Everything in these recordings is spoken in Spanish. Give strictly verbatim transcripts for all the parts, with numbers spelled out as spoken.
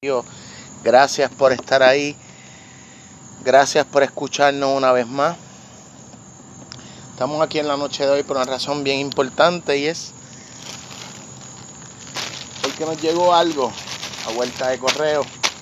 Gracias por estar ahí. Gracias por escucharnos una vez más. Estamos aquí en la noche de hoy por una razón bien importante, y es porque nos llegó algo a vuelta de correo.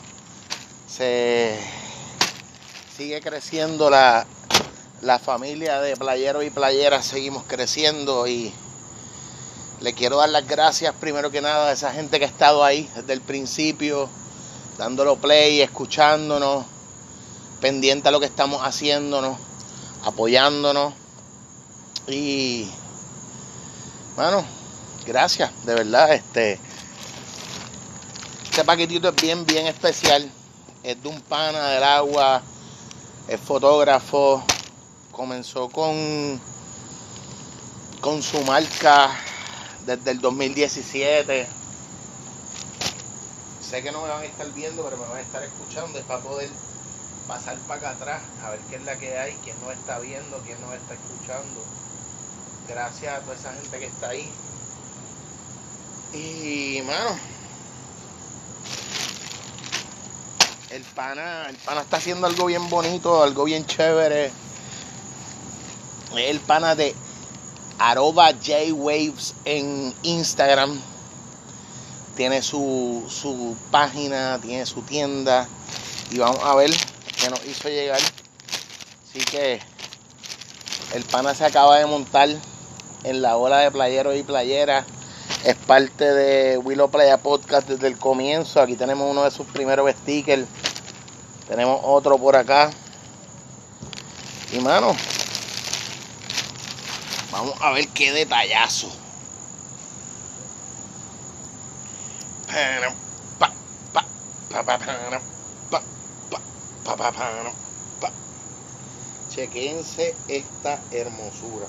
Se sigue creciendo la, la familia de playeros y playeras. Seguimos creciendo, y le quiero dar las gracias primero que nada a esa gente que ha estado ahí desde el principio, dándolo play, escuchándonos, pendiente a lo que estamos haciéndonos, apoyándonos. Y bueno, gracias, de verdad. Este este paquetito es bien, bien especial. Es de un pana del agua, es fotógrafo, comenzó con, con su marca desde el dos mil diecisiete. Sé que no me van a estar viendo, pero me van a estar escuchando. Es para poder pasar para acá atrás, a ver qué es la que hay, quién nos está viendo, quién nos está escuchando. Gracias a toda esa gente que está ahí. Y, mano, el pana, el pana está haciendo algo bien bonito, algo bien chévere. Es el pana de arroba J-Waves en Instagram. Tiene su, su página, tiene su tienda. Y vamos a ver qué nos hizo llegar. Así que el pana se acaba de montar en la ola de playeros y playeras. Es parte de Willow Playa Podcast desde el comienzo. Aquí tenemos uno de sus primeros stickers. Tenemos otro por acá. Y mano, vamos a ver qué detallazo. Pa, pa, pa, pa, pa, pa, pa, pa, pa, pa. Chequense esta hermosura.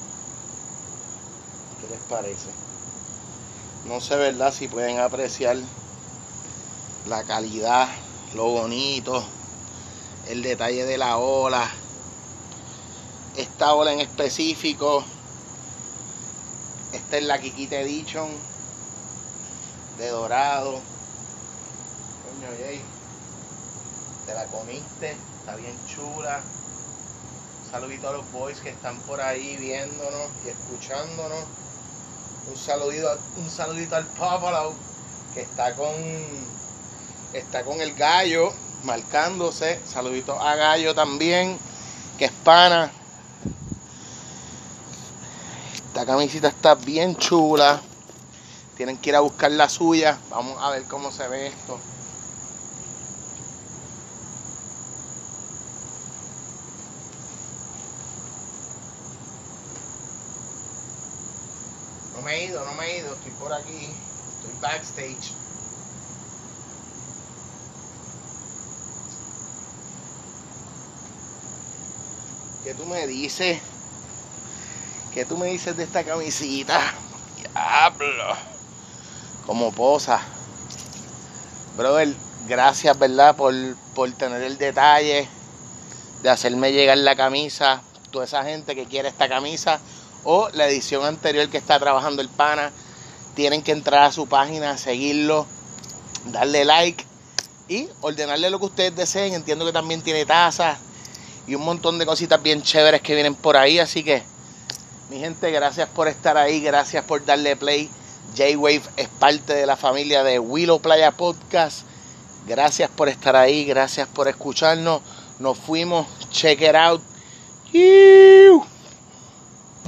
¿Qué les parece? No sé, ¿verdad? Si pueden apreciar la calidad, lo bonito, el detalle de la ola. Esta ola en específico, esta es la Kikita Edition de dorado. Coño, Jay, te la comiste, está bien chula. Un saludito a los boys que están por ahí viéndonos y escuchándonos. Un saludito, un saludito al Popolo, que está con está con el Gallo marcándose. Saludito a Gallo también, que es pana. Esta camisita está bien chula. Tienen que ir a buscar la suya. Vamos a ver cómo se ve esto. No me he ido, no me he ido. Estoy por aquí. Estoy backstage. ¿Qué tú me dices? ¿Qué tú me dices de esta camisita? Diablo. Como posa. Brother, gracias, ¿verdad? Por, por tener el detalle de hacerme llegar la camisa. Toda esa gente que quiere esta camisa o la edición anterior que está trabajando el pana, tienen que entrar a su página, seguirlo, darle like y ordenarle lo que ustedes deseen. Entiendo que también tiene tazas y un montón de cositas bien chéveres que vienen por ahí. Así que, mi gente, gracias por estar ahí, gracias por darle play. J-Wave es parte de la familia de Willow Playa Podcast. Gracias por estar ahí, gracias por escucharnos. Nos fuimos, check it out.